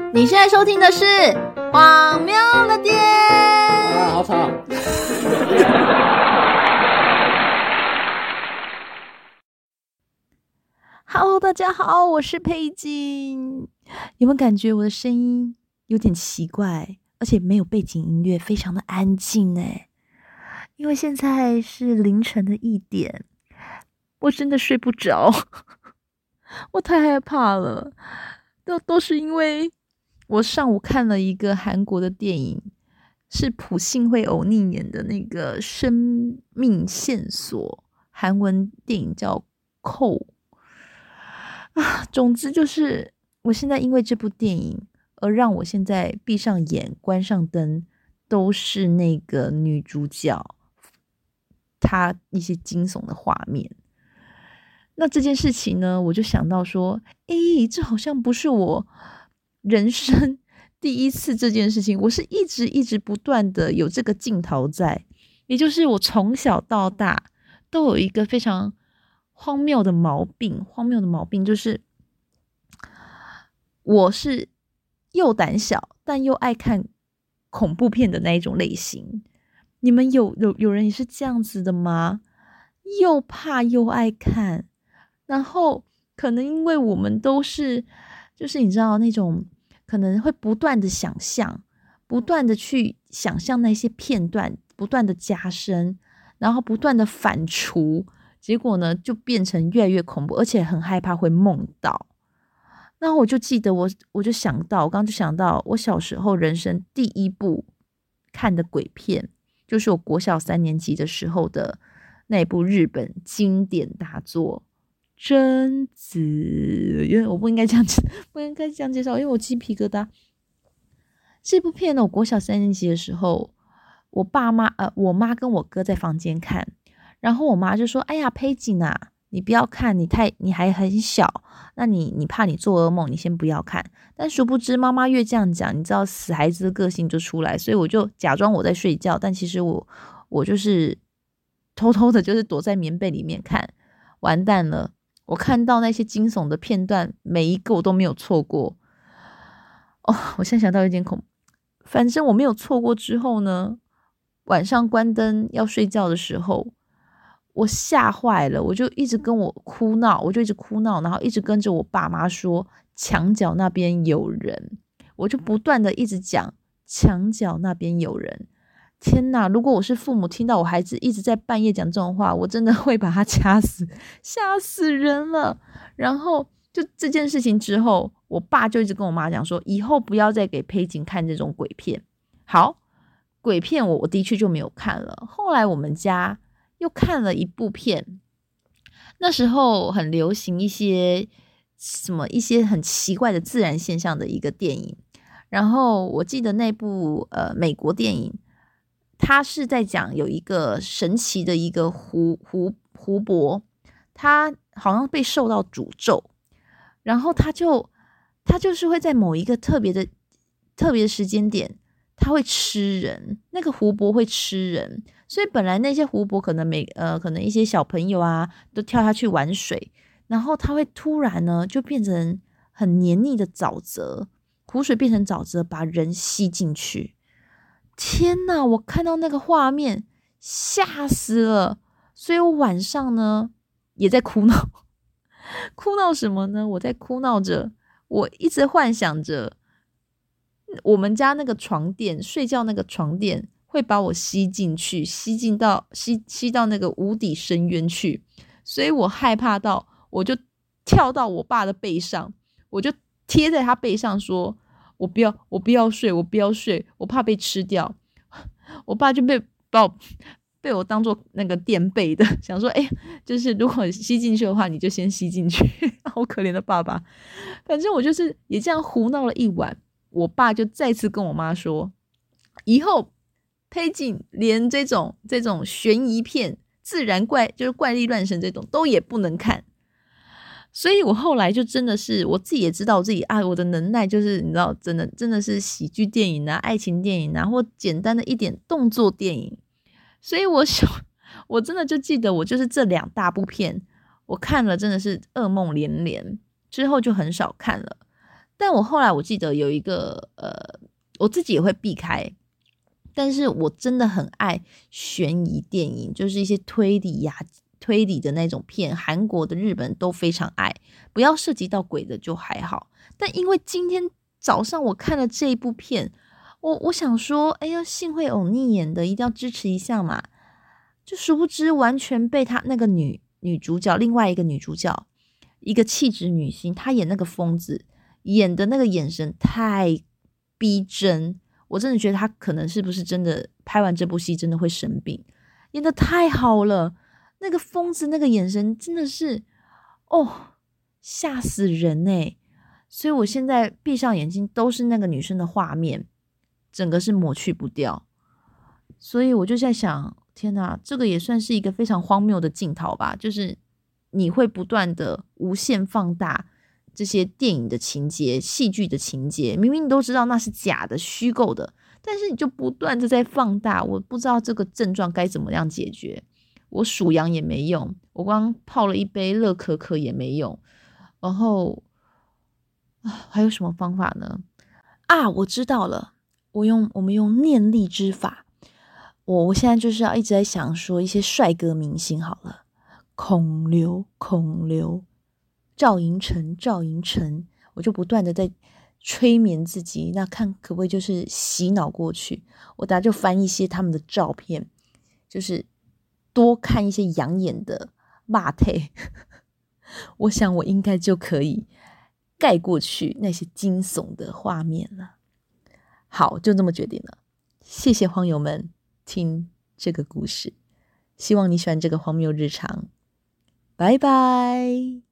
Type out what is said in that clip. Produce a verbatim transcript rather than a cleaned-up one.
你现在收听的是荒谬了点啊，好吵 ！Hello， 大家好，我是佩锦。有没有感觉我的声音有点奇怪，而且没有背景音乐，非常的安静哎？因为现在是凌晨的一点，我真的睡不着，我太害怕了。都都是因为我上午看了一个韩国的电影，是朴信惠欧尼演的那个《生命线索》，韩文电影叫《扣》啊。总之就是，我现在因为这部电影而让我现在闭上眼、关上灯，都是那个女主角她一些惊悚的画面。那这件事情呢，我就想到说，诶，这好像不是我人生第一次这件事情，我是一直一直不断的有这个镜头在，也就是我从小到大都有一个非常荒谬的毛病，荒谬的毛病就是我是又胆小但又爱看恐怖片的那一种类型。你们有有有人也是这样子的吗？又怕又爱看，然后可能因为我们都是就是你知道那种可能会不断的想象，不断的去想象那些片段，不断的加深，然后不断的反刍，结果呢就变成越来越恐怖，而且很害怕会梦到。那我就记得我我就想到我刚刚就想到我小时候人生第一部看的鬼片，就是我国小三年级的时候的那一部日本经典大作贞子。因为我不应该这样不应该这样介绍，因为我鸡皮疙瘩。这部片呢，我国小三年级的时候，我爸妈呃，我妈跟我哥在房间看，然后我妈就说：“哎呀，佩锦啊，你不要看，你太你还很小，那你你怕你做噩梦，你先不要看。”但殊不知妈妈越这样讲，你知道死孩子的个性就出来，所以我就假装我在睡觉，但其实我我就是偷偷的，就是躲在棉被里面看。完蛋了，我看到那些惊悚的片段，每一个我都没有错过。哦，我现在想到有点恐怖。反正我没有错过之后呢，晚上关灯要睡觉的时候，我吓坏了，我就一直跟我哭闹，我就一直哭闹，然后一直跟着我爸妈说墙角那边有人，我就不断的一直讲墙角那边有人。天哪，如果我是父母，听到我孩子一直在半夜讲这种话，我真的会把他掐死，吓死人了。然后就这件事情之后，我爸就一直跟我妈讲说，以后不要再给佩锦看这种鬼片。好，鬼片我我的确就没有看了。后来我们家又看了一部片，那时候很流行一些什么一些很奇怪的自然现象的一个电影。然后我记得那部呃美国电影，它是在讲有一个神奇的一个湖湖湖泊，它好像被受到诅咒，然后它就它就是会在某一个特别的特别的时间点，它会吃人，那个湖泊会吃人。所以本来那些湖泊可能每呃可能一些小朋友啊都跳下去玩水，然后它会突然呢就变成很黏腻的沼泽，湖水变成沼泽，把人吸进去。天哪，我看到那个画面吓死了。所以我晚上呢也在哭闹。哭闹什么呢？我在哭闹着，我一直幻想着我们家那个床垫，睡觉那个床垫会把我吸进去，吸进到吸吸到那个无底深渊去。所以我害怕到我就跳到我爸的背上，我就贴在他背上说，我不要我不要睡我不要睡，我怕被吃掉。我爸就被把我被我当做那个垫背的，想说哎，就是如果吸进去的话你就先吸进去。好可怜的爸爸。反正我就是也这样胡闹了一晚。我爸就再次跟我妈说，以后佩锦连这种这种悬疑片自然怪就是怪力乱神这种都也不能看。所以我后来就真的是我自己也知道自己啊，我的能耐就是你知道真的真的是喜剧电影啊爱情电影啊或简单的一点动作电影。所以我想我真的就记得我就是这两大部片我看了真的是噩梦连连，之后就很少看了。 但我后来我记得有一个呃，我自己也会避开，但是我真的很爱悬疑电影，就是一些推理呀、推理的那种片，韩国的、日本都非常爱，不要涉及到鬼的就还好。但因为今天早上我看了这一部片，我我想说，哎呀，幸会偶逆演的，一定要支持一下嘛。就殊不知，完全被他那个女女主角，另外一个女主角，一个气质女星，她演那个疯子，演的那个眼神太逼真，我真的觉得她可能是不是真的拍完这部戏真的会生病，演的太好了。那个疯子那个眼神真的是，哦，吓死人欸。所以我现在闭上眼睛都是那个女生的画面，整个是抹去不掉。所以我就在想，天哪，这个也算是一个非常荒谬的镜头吧，就是你会不断的无限放大这些电影的情节、戏剧的情节，明明你都知道那是假的、虚构的，但是你就不断的在放大。我不知道这个症状该怎么样解决，我数羊也没用，我光泡了一杯热可可也没用，然后啊，还有什么方法呢？啊，我知道了，我用我们用念力之法。我我现在就是要一直在想说一些帅哥明星好了，孔刘、孔刘、赵寅成、赵寅成，我就不断的在催眠自己，那看可不可以就是洗脑过去。我等下就翻一些他们的照片，就是多看一些养眼的骂退，我想我应该就可以盖过去那些惊悚的画面了。好，就这么决定了。谢谢荒友们听这个故事，希望你喜欢这个荒谬日常。拜拜。